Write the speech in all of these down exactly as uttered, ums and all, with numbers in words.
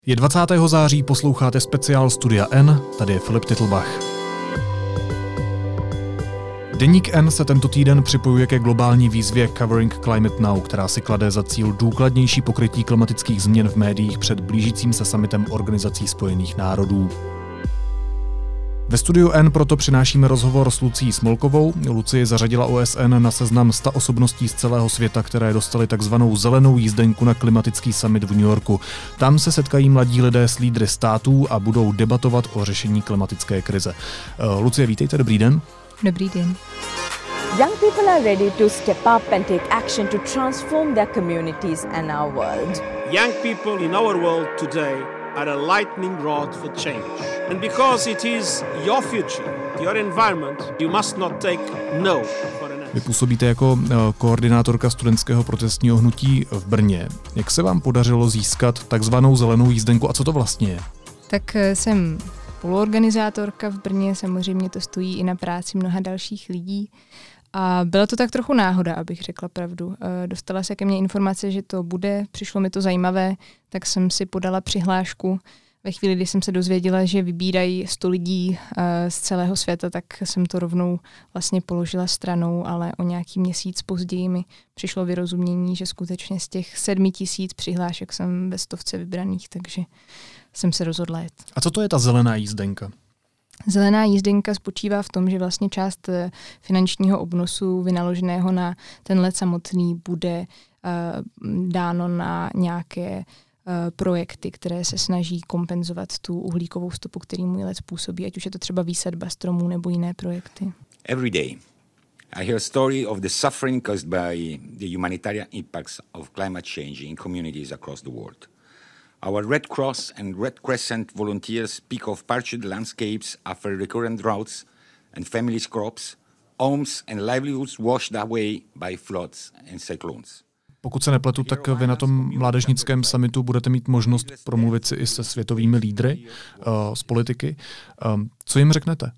Je dvacátého září, posloucháte speciál Studia N, tady je Filip Titlbach. Deník N se tento týden připojuje ke globální výzvě Covering Climate Now, která si klade za cíl důkladnější pokrytí klimatických změn v médiích před blížícím se summitem Organizací spojených národů. Ve Studiu N proto přinášíme rozhovor s Lucií Smolkovou. Lucie zařadila O S N na seznam sta osobností z celého světa, které dostaly takzvanou zelenou jízdenku na klimatický summit v New Yorku. Tam se setkají mladí lidé s lídry států a budou debatovat o řešení klimatické krize. Uh, Lucie, vítejte, dobrý den. Dobrý den. Young people are ready to step up and take action to transform their communities and our world. Young people in our world today are a lightning rod for change. And because it is your future, your environment, you must not take no for an answer. Vy působíte jako koordinátorka studentského protestního hnutí v Brně. Jak se vám podařilo získat takzvanou zelenou jízdenku a co to vlastně je? Tak jsem spoluorganizátorka v Brně, samozřejmě to stojí i na práci mnoha dalších lidí. A byla to tak trochu náhoda, abych řekla pravdu. Dostala se ke mně informace, že to bude, přišlo mi to zajímavé, tak jsem si podala přihlášku. Ve chvíli, kdy jsem se dozvěděla, že vybírají sto lidí z celého světa, tak jsem to rovnou vlastně položila stranou, ale o nějaký měsíc později mi přišlo vyrozumění, že skutečně z těch sedmi tisíc přihlášek jsem ve stovce vybraných, takže jsem se rozhodla jet. A co to je ta zelená jízdenka? Zelená jízdenka spočívá v tom, že vlastně část finančního obnosu vynaloženého na ten let samotný bude uh, dáno na nějaké uh, projekty, které se snaží kompenzovat tu uhlíkovou stopu, který můj let způsobí, ať už je to třeba výsadba stromů nebo jiné projekty. Every day I hear a story of the suffering caused by the humanitarian impacts of climate change in communities across the world. Our Red Cross and Red Crescent volunteers speak of parched landscapes after recurrent droughts and families' crops, homes and livelihoods washed away by floods and cyclones. Pokud se nepletu, tak vy na tom mládežnickém summitu budete mít možnost promluvit si i se světovými lídry uh, z politiky. Um, co jim řeknete?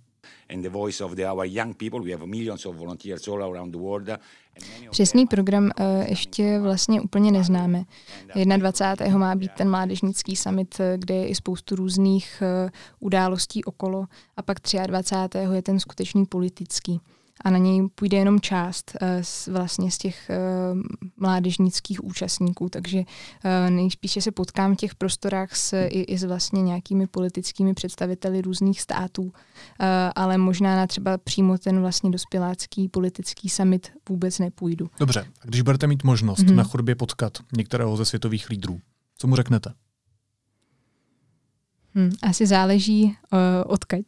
Přesný program uh, ještě vlastně úplně neznáme. dvacátého prvního má být ten mládežnický summit, kde je i spoustu různých uh, událostí okolo, a pak dvacátého třetího je ten skutečný politický. A na něj půjde jenom část uh, z, vlastně z těch uh, mládežnických účastníků, takže uh, nejspíše se potkám v těch prostorách s, i, i s vlastně nějakými politickými představiteli různých států, uh, ale možná na třeba přímo ten vlastně dospělácký politický summit vůbec nepůjdu. Dobře, a když budete mít možnost mm-hmm. na chodbě potkat některého ze světových lídrů, co mu řeknete? Hmm, asi záleží uh, odkaď.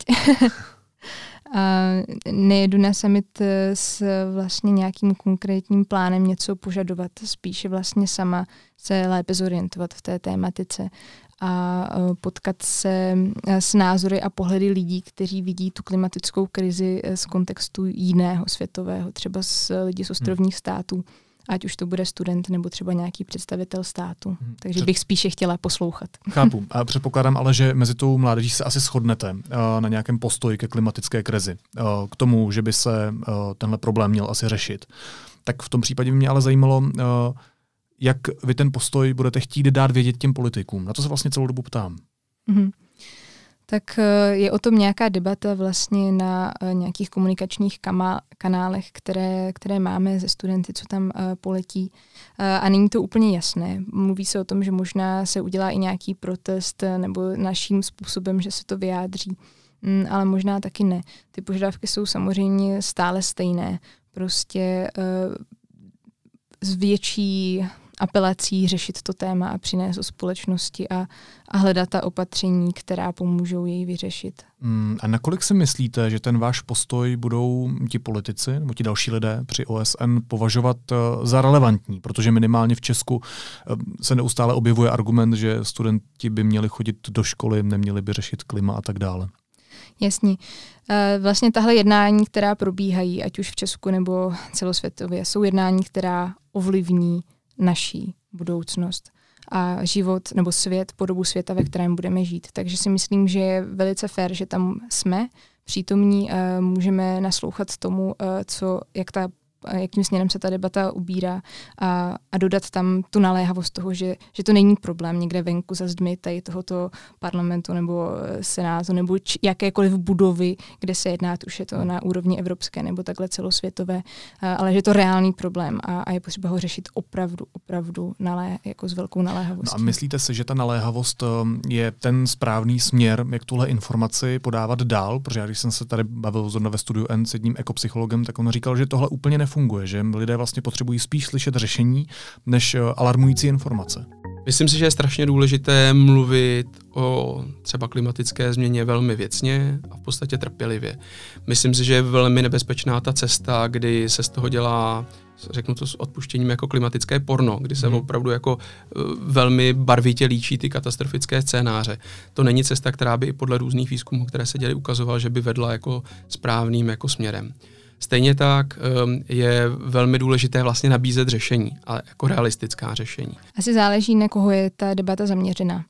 A nejedu na summit s vlastně nějakým konkrétním plánem něco požadovat, spíše vlastně sama se lépe zorientovat v té tématice a potkat se s názory a pohledy lidí, kteří vidí tu klimatickou krizi z kontextu jiného světového, třeba s lidí z ostrovních států, ať už to bude student nebo třeba nějaký představitel státu. Takže bych spíše chtěla poslouchat. Chápu. A předpokládám ale, že mezi tou mládeží se asi shodnete uh, na nějakém postoji ke klimatické krizi. Uh, k tomu, že by se uh, tenhle problém měl asi řešit. Tak v tom případě by mě ale zajímalo, uh, jak vy ten postoj budete chtít dát vědět těm politikům. Na to se vlastně celou dobu ptám. Mm-hmm. Tak je o tom nějaká debata vlastně na nějakých komunikačních kama- kanálech, které, které máme ze studenty, co tam uh, poletí. Uh, a není to úplně jasné. Mluví se o tom, že možná se udělá i nějaký protest nebo naším způsobem, že se to vyjádří. Mm, ale možná taky ne. Ty požadavky jsou samozřejmě stále stejné. Prostě uh, z větší apelací řešit to téma a přinést do společnosti a, a hledat ta opatření, která pomůžou jej vyřešit. Mm, a nakolik si myslíte, že ten váš postoj budou ti politici nebo ti další lidé při O S N považovat uh, za relevantní? Protože minimálně v Česku uh, se neustále objevuje argument, že studenti by měli chodit do školy, neměli by řešit klima a tak dále. Jasně. Vlastně tahle jednání, která probíhají, ať už v Česku nebo celosvětově, jsou jednání, která ovlivní naší budoucnost a život nebo svět, podobu světa, ve kterém budeme žít. Takže si myslím, že je velice fér, že tam jsme přítomní, můžeme naslouchat tomu, co, jak ta jakým směrem se ta debata ubírá a, a dodat tam tu naléhavost toho, že, že to není problém někde venku za zdmi tady tohoto parlamentu nebo senátu nebo č, jakékoliv budovy, kde se jedná, už je to na úrovni evropské nebo takhle celosvětové, ale že je to reálný problém a, a je potřeba ho řešit opravdu, opravdu nalé, jako s velkou naléhavostí. No a myslíte si, že ta naléhavost je ten správný směr, jak tuhle informaci podávat dál? Protože já, když jsem se tady bavil zrovna ve studiu N s jedním ekopsychologem, tak on říkal, že tohle úplně nefunguje, že lidé vlastně potřebují spíš slyšet řešení, než alarmující informace. Myslím si, že je strašně důležité mluvit o třeba klimatické změně velmi věcně a v podstatě trpělivě. Myslím si, že je velmi nebezpečná ta cesta, kdy se z toho dělá, řeknu to s odpuštěním, jako klimatické porno, kdy se hmm. opravdu jako velmi barvitě líčí ty katastrofické scénáře. To není cesta, která by i podle různých výzkumů, které se děly, ukazovala, že by vedla jako správným jako směrem. Stejně tak je velmi důležité vlastně nabízet řešení, ale jako realistická řešení. Asi záleží, na koho je ta debata zaměřená.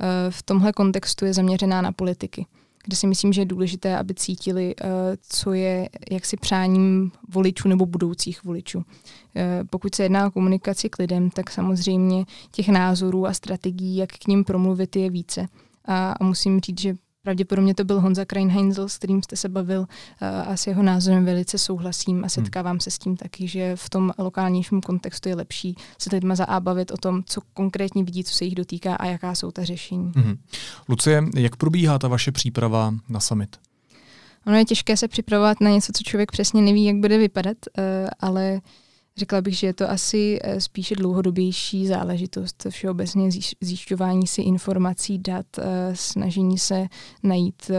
V tomhle kontextu je zaměřená na politiky, kde si myslím, že je důležité, aby cítili, co je jaksi přáním voličů nebo budoucích voličů. Pokud se jedná o komunikaci k lidem, tak samozřejmě těch názorů a strategií, jak k ním promluvit, je více. A, a musím říct, že pravděpodobně to byl Honza Kreinheinzel, s kterým jste se bavil a s jeho názorem velice souhlasím a setkávám se s tím taky, že v tom lokálnějším kontextu je lepší se lidma zaábavit o tom, co konkrétně vidí, co se jich dotýká a jaká jsou ta řešení. Mm-hmm. Lucie, jak probíhá ta vaše příprava na summit? Ono je těžké se připravovat na něco, co člověk přesně neví, jak bude vypadat, ale řekla bych, že je to asi spíše dlouhodobější záležitost, všeobecně zjišťování si informací, dat, snažení se najít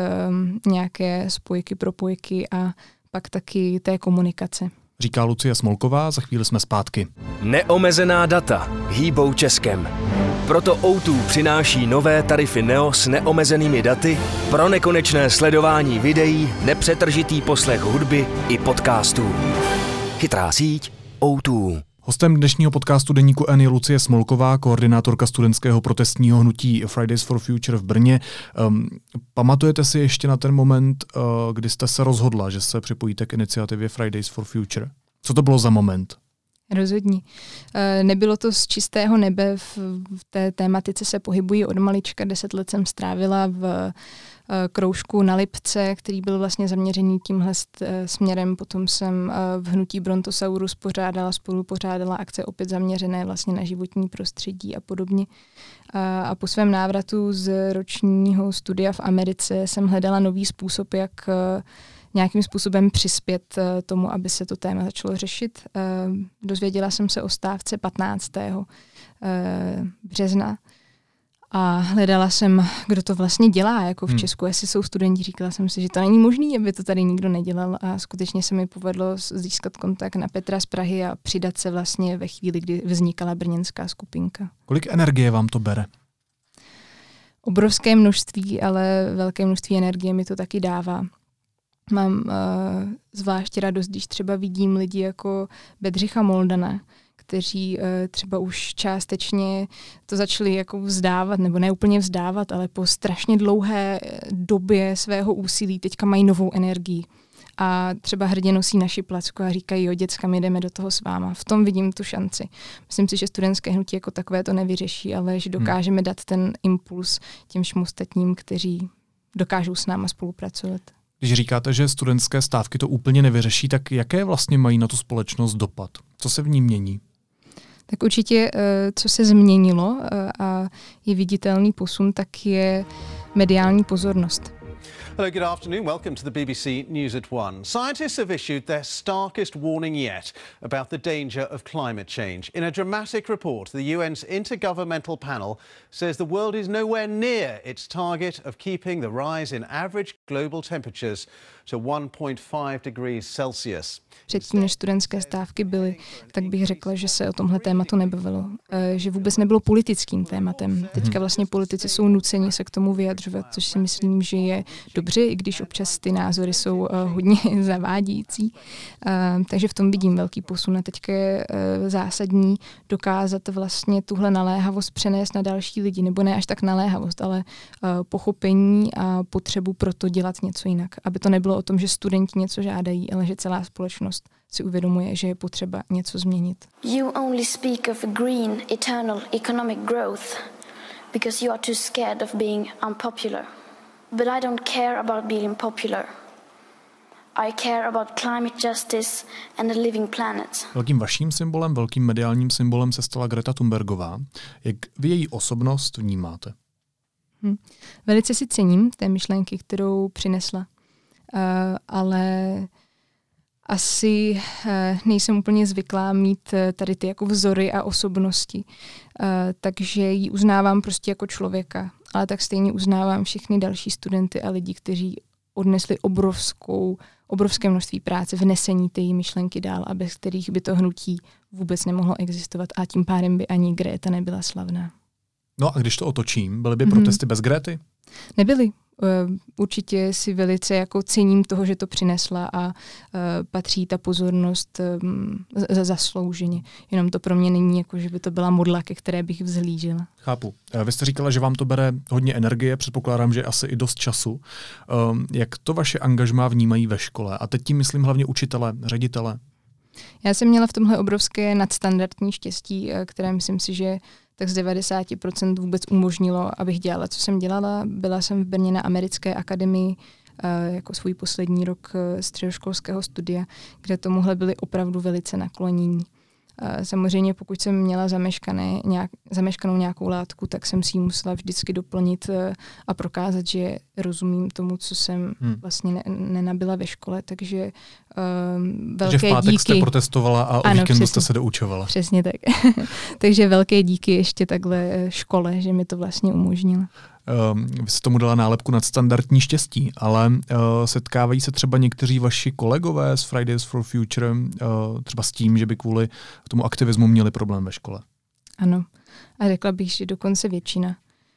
nějaké spojky, propojky a pak taky té komunikace. Říká Lucie Smolková, za chvíli jsme zpátky. Neomezená data hýbou Českem. Proto ó dva přináší nové tarify Neo s neomezenými daty pro nekonečné sledování videí, nepřetržitý poslech hudby i podcastů. Chytrá síť ó dva. Hostem dnešního podcastu Deníku N je Lucie Smolková, koordinátorka studentského protestního hnutí Fridays for Future v Brně. Um, pamatujete si ještě na ten moment, uh, kdy jste se rozhodla, že se připojíte k iniciativě Fridays for Future? Co to bylo za moment? Rozhodně. Nebylo to z čistého nebe, v té tématice se pohybují od malička, deset let jsem strávila v kroužku na Lipce, který byl vlastně zaměřený tímhle směrem. Potom jsem v hnutí Brontosaurus pořádala, spolu pořádala akce opět zaměřené vlastně na životní prostředí a podobně. A po svém návratu z ročního studia v Americe jsem hledala nový způsob, jak nějakým způsobem přispět tomu, aby se to téma začalo řešit. Dozvěděla jsem se o stávce patnáctého března a hledala jsem, kdo to vlastně dělá jako v Česku, jestli jsou studenti. Říkala jsem si, že to není možné, aby to tady nikdo nedělal a skutečně se mi povedlo získat kontakt na Petra z Prahy a přidat se vlastně ve chvíli, kdy vznikala brněnská skupinka. Kolik energie vám to bere? Obrovské množství, ale velké množství energie mi to taky dává. Mám uh, zvláště radost, když třeba vidím lidi jako Bedřicha Moldana, kteří uh, třeba už částečně to začali jako vzdávat, nebo ne úplně vzdávat, ale po strašně dlouhé době svého úsilí teďka mají novou energii. A třeba hrdě nosí naši placku a říkají, jo, děcka, my jdeme do toho s váma. V tom vidím tu šanci. Myslím si, že studentské hnutí jako takové to nevyřeší, ale že dokážeme dát ten impuls těm všem ostatním, kteří dokážou s náma spolupracovat. Když říkáte, že studentské stávky to úplně nevyřeší, tak jaké vlastně mají na tu společnost dopad? Co se v ní mění? Tak určitě, co se změnilo a je viditelný posun, tak je mediální pozornost. Hello, good afternoon. Welcome to the B B C News at One. Scientists have issued their starkest warning yet about the danger of climate change. In a dramatic report, the U N's Intergovernmental Panel says the world is nowhere near its target of keeping the rise in average global temperatures to one point five degrees Celsius. Předtím, než studentské stávky byly, tak bych řekla, že se o tomhle tématu nebavilo. Že vůbec nebylo politickým tématem. Teďka vlastně politici jsou nuceni se k tomu vyjadřovat, což si myslím, že je dobrý dobře, i když občas ty názory jsou uh, hodně zavádějící. Uh, takže v tom vidím velký posun a teďka je uh, zásadní dokázat vlastně tuhle naléhavost přenést na další lidi, nebo ne až tak naléhavost, ale uh, pochopení a potřebu pro to dělat něco jinak. Aby to nebylo o tom, že studenti něco žádají, ale že celá společnost si uvědomuje, že je potřeba něco změnit. You only speak of green, eternal economic growth because you are too scared of being unpopular. But I don't care about being popular. I care about climate justice and a living planet. Velkým vaším symbolem, velkým mediálním symbolem se stala Greta Thunbergová. Jak vy její osobnost vnímáte? Hm. Velice si cením té myšlenky, kterou přinesla. Uh, ale asi uh, nejsem úplně zvyklá mít uh, tady ty jako vzory a osobnosti. Uh, takže ji uznávám prostě jako člověka. Ale tak stejně uznávám všechny další studenty a lidi, kteří odnesli obrovskou, obrovské množství práce v nesení té myšlenky dál a bez kterých by to hnutí vůbec nemohlo existovat a tím pádem by ani Greta nebyla slavná. No a když to otočím, byly by mm-hmm. protesty bez Grety? Nebyly. Určitě si velice jako cením toho, že to přinesla a uh, patří ta pozornost um, za zaslouženě. Jenom to pro mě není jako, že by to byla modla, ke které bych vzhlížela. Chápu. Vy jste říkala, že vám to bere hodně energie, předpokládám, že asi i dost času. Um, jak to vaše angažmá vnímají ve škole? A teď tím myslím hlavně učitele, ředitele. Já jsem měla v tomhle obrovské nadstandardní štěstí, které myslím si, že tak z devadesát procent vůbec umožnilo, abych dělala, co jsem dělala. Byla jsem v Brně na Americké akademii jako svůj poslední rok středoškolského studia, kde tomuhle byli opravdu velice naklonění. Samozřejmě pokud jsem měla zameškané, nějak, zameškanou nějakou látku, tak jsem si ji musela vždycky doplnit a prokázat, že rozumím tomu, co jsem hmm. vlastně ne, nenabila ve škole, takže um, velké díky. Takže v pátek díky. jste protestovala a o ano, víkendu přesně, jste se doučovala. Přesně tak. Takže velké díky ještě takhle škole, že mi to vlastně umožnila. Um, vy jste tomu dala nálepku nadstandardní štěstí, ale uh, setkávají se třeba někteří vaši kolegové z Fridays for Future uh, třeba s tím, že by kvůli tomu aktivismu měli problém ve škole? Ano. A řekla bych, že dokonce většina. Uh,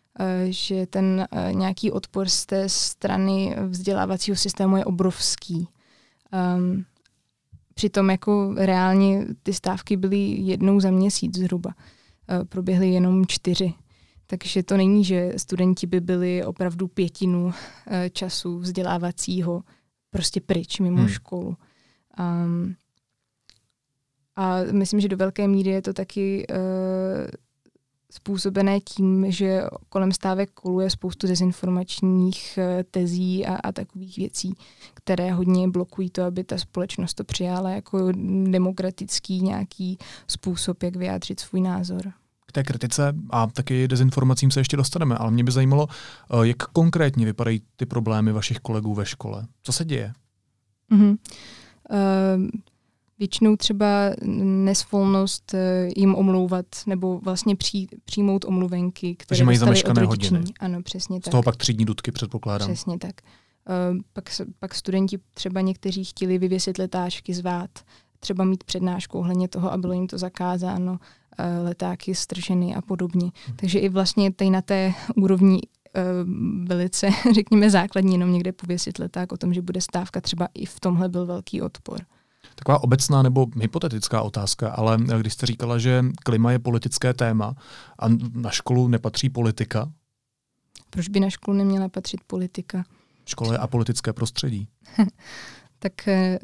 že ten uh, nějaký odpor z té strany vzdělávacího systému je obrovský. Um, přitom jako reálně ty stávky byly jednou za měsíc zhruba. Uh, proběhly jenom čtyři. Takže to není, že studenti by byli opravdu pětinu času vzdělávacího prostě pryč mimo hmm. školu. Um, a myslím, že do velké míry je to taky uh, způsobené tím, že kolem stávek koluje spoustu dezinformačních uh, tezí a, a takových věcí, které hodně blokují to, aby ta společnost to přijala jako demokratický nějaký způsob, jak vyjádřit svůj názor. K té kritice a taky dezinformacím se ještě dostaneme, ale mě by zajímalo, jak konkrétně vypadají ty problémy vašich kolegů ve škole. Co se děje? Mm-hmm. Uh, většinou třeba nesvolnost uh, jim omlouvat nebo vlastně při, přijmout omluvenky, které Takže mají dostali zameškané od rodičů. hodiny. Ano, přesně Z tak. Z toho pak třídní dudky, předpokládám. Přesně tak. Uh, pak, pak studenti třeba někteří chtěli vyvěsit letáčky, zvát, třeba mít přednášku ohledně toho a bylo jim to zakázáno, letáky strženy a podobně. Hmm. Takže i vlastně tady na té úrovni uh, velice, řekněme, základní, jenom někde pověsit leták o tom, že bude stávka, třeba i v tomhle byl velký odpor. Taková obecná nebo hypotetická otázka, ale když jste říkala, že klima je politické téma a na školu nepatří politika? Proč by na školu neměla patřit politika? Škola je apolitické prostředí. Tak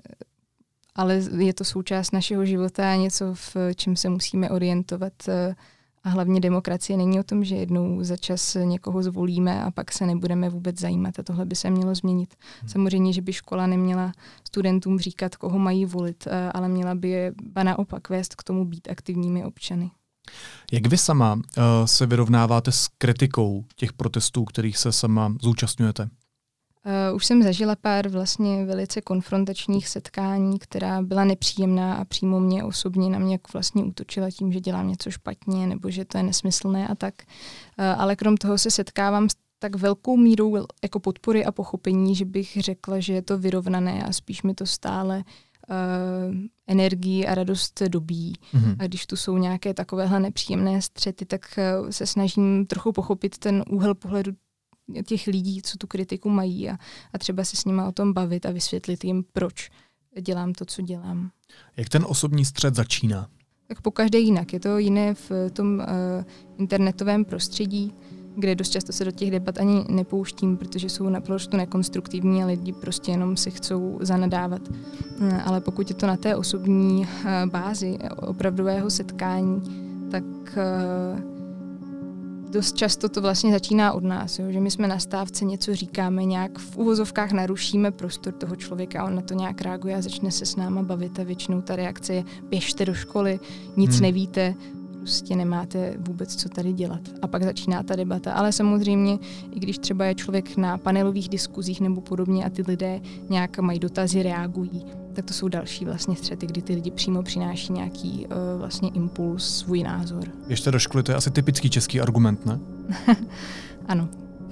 ale je to součást našeho života a něco, v čem se musíme orientovat. A hlavně demokracie není o tom, že jednou za čas někoho zvolíme a pak se nebudeme vůbec zajímat. A tohle by se mělo změnit. Hmm. Samozřejmě, že by škola neměla studentům říkat, koho mají volit, ale měla by je ba naopak vést k tomu být aktivními občany. Jak vy sama uh, se vyrovnáváte s kritikou těch protestů, kterých se sama zúčastňujete? Uh, už jsem zažila pár vlastně velice konfrontačních setkání, která byla nepříjemná a přímo mě osobně na mě jako vlastně útočila tím, že dělám něco špatně nebo že to je nesmyslné a tak. Uh, ale krom toho se setkávám s tak velkou mírou jako podpory a pochopení, že bych řekla, že je to vyrovnané a spíš mi to stále uh, energii a radost dobíjí. Mm-hmm. A když tu jsou nějaké takovéhle nepříjemné střety, tak uh, se snažím trochu pochopit ten úhel pohledu těch lidí, co tu kritiku mají a, a třeba se s nima o tom bavit a vysvětlit jim, proč dělám to, co dělám. Jak ten osobní střet začíná? Tak pokaždé jinak. Je to jiné v tom uh, internetovém prostředí, kde dost často se do těch debat ani nepouštím, protože jsou naprosto nekonstruktivní a lidi prostě jenom si chcou zanadávat. Ale pokud je to na té osobní uh, bázi opravdového setkání, tak uh, dost často to vlastně začíná od nás, jo? Že my jsme na stávce, něco říkáme, nějak v uvozovkách narušíme prostor toho člověka, on na to nějak reaguje a začne se s náma bavit a většinou ta reakce je běžte do školy, nic hmm. nevíte, prostě nemáte vůbec co tady dělat. A pak začíná ta debata. Ale samozřejmě, i když třeba je člověk na panelových diskuzích nebo podobně a ty lidé nějak mají dotazy, reagují, tak to jsou další vlastně střety, kdy ty lidi přímo přináší nějaký uh, vlastně impuls, svůj názor. Běžte do školy, to je asi typický český argument, ne? Ano.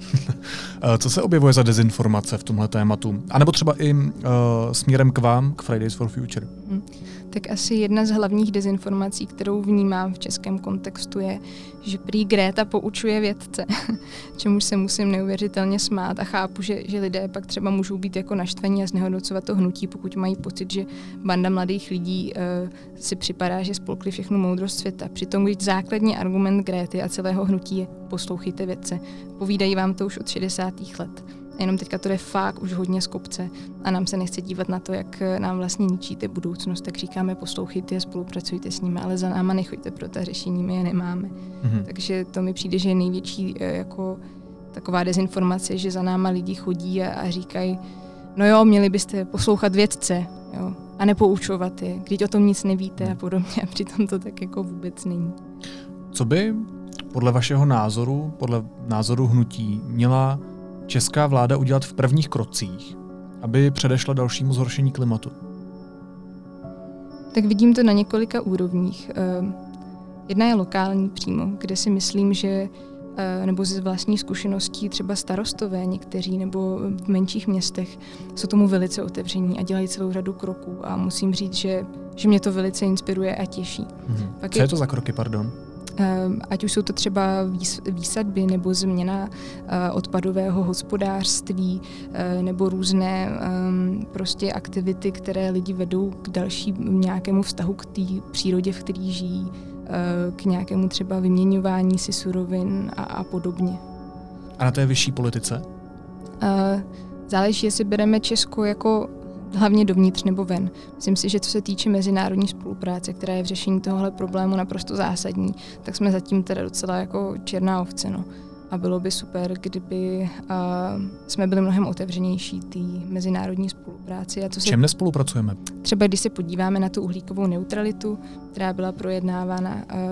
Co se objevuje za dezinformace v tomhle tématu? A nebo třeba i uh, směrem k vám, k Fridays for Future? Hmm. Tak asi jedna z hlavních dezinformací, kterou vnímám v českém kontextu, je, že prý Greta poučuje vědce, čemuž se musím neuvěřitelně smát a chápu, že, že lidé pak třeba můžou být jako naštvaní a znehodnocovat to hnutí, pokud mají pocit, že banda mladých lidí uh, si připadá, že spolkli všechnu moudrost světa. Přitom, když základní argument Grety a celého hnutí je poslouchejte vědce, povídají vám to už od šedesátých let. A jenom teďka to jde fakt už hodně z kopce a nám se nechce dívat na to, jak nám vlastně ničíte budoucnost, tak říkáme poslouchejte, spolupracujte s nimi, ale za náma nechoďte pro ta řešení, my je nemáme. Mm-hmm. Takže to mi přijde, že je největší jako taková dezinformace, že za náma lidi chodí a, a říkají, no jo, měli byste poslouchat vědce, jo, a nepoučovat je, když o tom nic nevíte a podobně, a přitom to tak jako vůbec není. Co by podle vašeho názoru, podle názoru hnutí, měla česká vláda udělat v prvních krocích, aby předešla dalšímu zhoršení klimatu? Tak vidím to na několika úrovních. Jedna je lokální přímo, kde si myslím, že nebo ze vlastní zkušeností třeba starostové někteří nebo v menších městech jsou tomu velice otevření a dělají celou řadu kroků a musím říct, že, že mě to velice inspiruje a těší. Mhm. Pak Co je, je to za kroky, pardon? Ať už jsou to třeba výsadby nebo změna odpadového hospodářství nebo různé prostě aktivity, které lidi vedou k dalšímu nějakému vztahu k té přírodě, v které žijí, k nějakému třeba vyměňování si surovin a, a podobně. A na té vyšší politice? Záleží, jestli bereme Česko jako hlavně dovnitř nebo ven. Myslím si, že co se týče mezinárodní spolupráce, která je v řešení tohohle problému naprosto zásadní, tak jsme zatím teda docela jako černá ovce. No. A bylo by super, kdyby uh, jsme byli mnohem otevřenější té mezinárodní spolupráci. A co se... Čem nespolupracujeme? Třeba když se podíváme na tu uhlíkovou neutralitu, která byla projednávána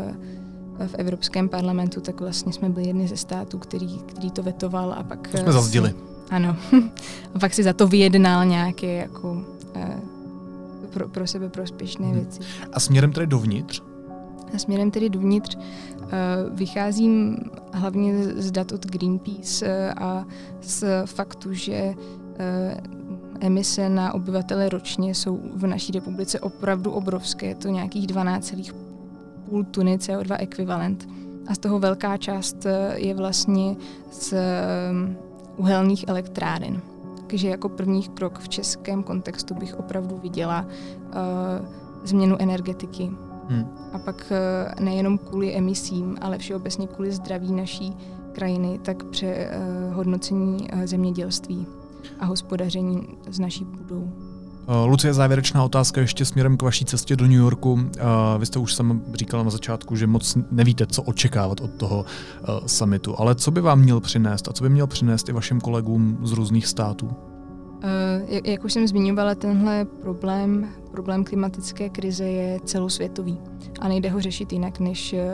uh, v Evropském parlamentu, tak vlastně jsme byli jedni ze států, který, který to vetoval a pak... To jsme zazdili. Ano. A pak si za to vyjednal nějaké jako eh, pro, pro sebe prospěšné hmm. věci. A směrem tedy dovnitř? A směrem tedy dovnitř eh, vycházím hlavně z dat od Greenpeace eh, a z faktu, že eh, emise na obyvatele ročně jsou v naší republice opravdu obrovské. Je to nějakých dvanáct celá pět tuny C O dva ekvivalent. A z toho velká část je vlastně z eh, uhelných elektráren. Takže jako první krok v českém kontextu bych opravdu viděla uh, změnu energetiky. Hmm. A pak uh, nejenom kvůli emisím, ale všeobecně kvůli zdraví naší krajiny, tak přehodnocení uh, uh, zemědělství a hospodaření s naší půdou. Uh, Lucie, závěrečná otázka ještě směrem k vaší cestě do New Yorku. Uh, vy jste už sama říkala na začátku, že moc nevíte, co očekávat od toho uh, summitu, ale co by vám měl přinést a co by měl přinést i vašim kolegům z různých států? Uh, jak, jak už jsem zmiňovala, tenhle problém, problém klimatické krize je celosvětový a nejde ho řešit jinak, než uh,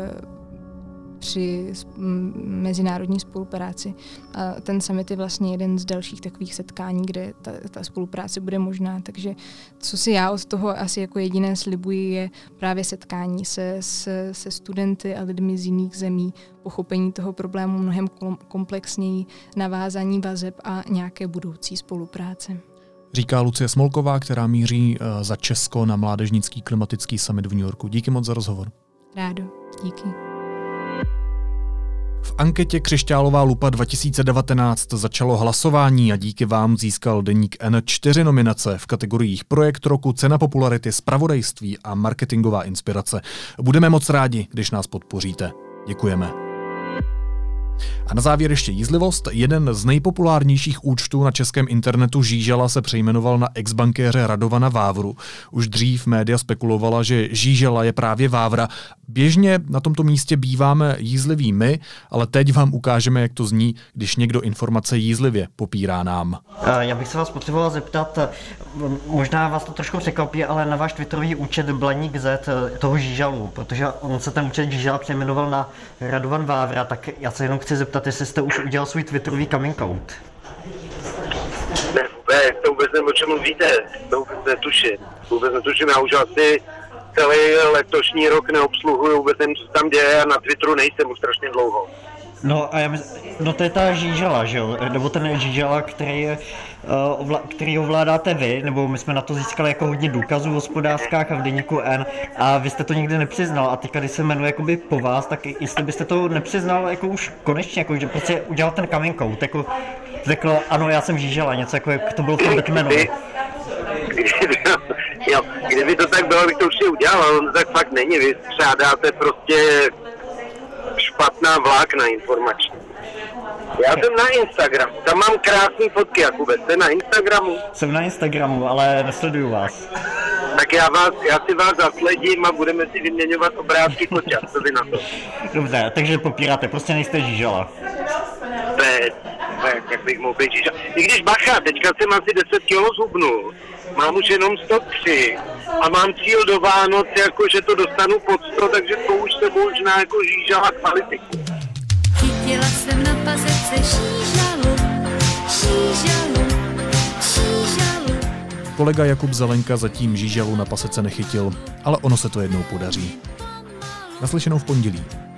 při mezinárodní spolupráci. A ten summit je vlastně jeden z dalších takových setkání, kde ta, ta spolupráce bude možná. Takže co si já od toho asi jako jediné slibuji, je právě setkání se, se, se studenty a lidmi z jiných zemí, pochopení toho problému mnohem komplexněji, navázání vazeb a nějaké budoucí spolupráce. Říká Lucie Smolková, která míří za Česko na mládežnický klimatický summit v New Yorku. Díky moc za rozhovor. Rádo, díky. V anketě Křišťálová lupa dva tisíce devatenáct začalo hlasování a díky vám získal deník N čtyři nominace v kategoriích Projekt roku, Cena popularity, Zpravodajství a Marketingová inspirace. Budeme moc rádi, když nás podpoříte. Děkujeme. A na závěr ještě jízlivost. Jeden z nejpopulárnějších účtů na českém internetu Žížala se přejmenoval na exbankéře Radovana Vávru. Už dřív média spekulovala, že Žížala je právě Vávra. Běžně na tomto místě býváme jízliví my, ale teď vám ukážeme, jak to zní, když někdo informace jízlivě popírá nám. Já bych se vás potřeboval zeptat, možná vás to trošku překvapí, ale na váš twitterový účet Blaník Z toho Žížalu, protože on se ten účet Žížala přejmenoval na Radovan Vávra, tak já se jenom chci zeptat, jestli jste už udělal svůj twitterový coming out. Ne, vůbec, to vůbec nevím, o čem mluvíte, to vůbec netuším, vůbec netuším, já už asi celý letošní rok neobsluhuju, vůbec nevím, co tam děje a na Twitteru nejsem už strašně dlouho. No a já mysl, no to je ta Žížala, že jo, nebo ten Žížala, který, uh, ovla, který ovládáte vy, nebo my jsme na to získali jako hodně důkazů v Hospodářskách a v deníku N a vy jste to nikdy nepřiznal a teďka, když se jmenuje jakoby po vás, tak jestli byste to nepřiznal jako už konečně, jako že prostě udělal ten coming out, jako řekl, ano, já jsem Žížala, něco jako jak to bylo v tom Batmanu. Jo, kdyby to tak bylo, bych to určitě udělal, ale on tak fakt není, vy střádáte prostě špatná vlákna informační. Já jsem na Instagramu, tam mám krásný fotky, Jakube, jste na Instagramu? Jsem na Instagramu, ale nesleduju vás. Tak já, vás, já si vás zasledím a budeme si vyměňovat obrázky koťat, co vy na to? Dobře, takže popíráte, prostě nejste Žížala. Ne, ne, jak bych mohl být Žížala. I když bacha, teďka jsem asi deset kilo zhubnul, mám už jenom sto tři a mám cíl do Vánoc, jako že to dostanu pod sto, takže to už se možná jako Žížala kvalifikuji. Chytila jsem na pasece Žížalu, Žížalu, Žížalu. Kolega Jakub Zelenka zatím Žížalu na pasece nechytil, ale ono se to jednou podaří. Naslyšenou v pondělí.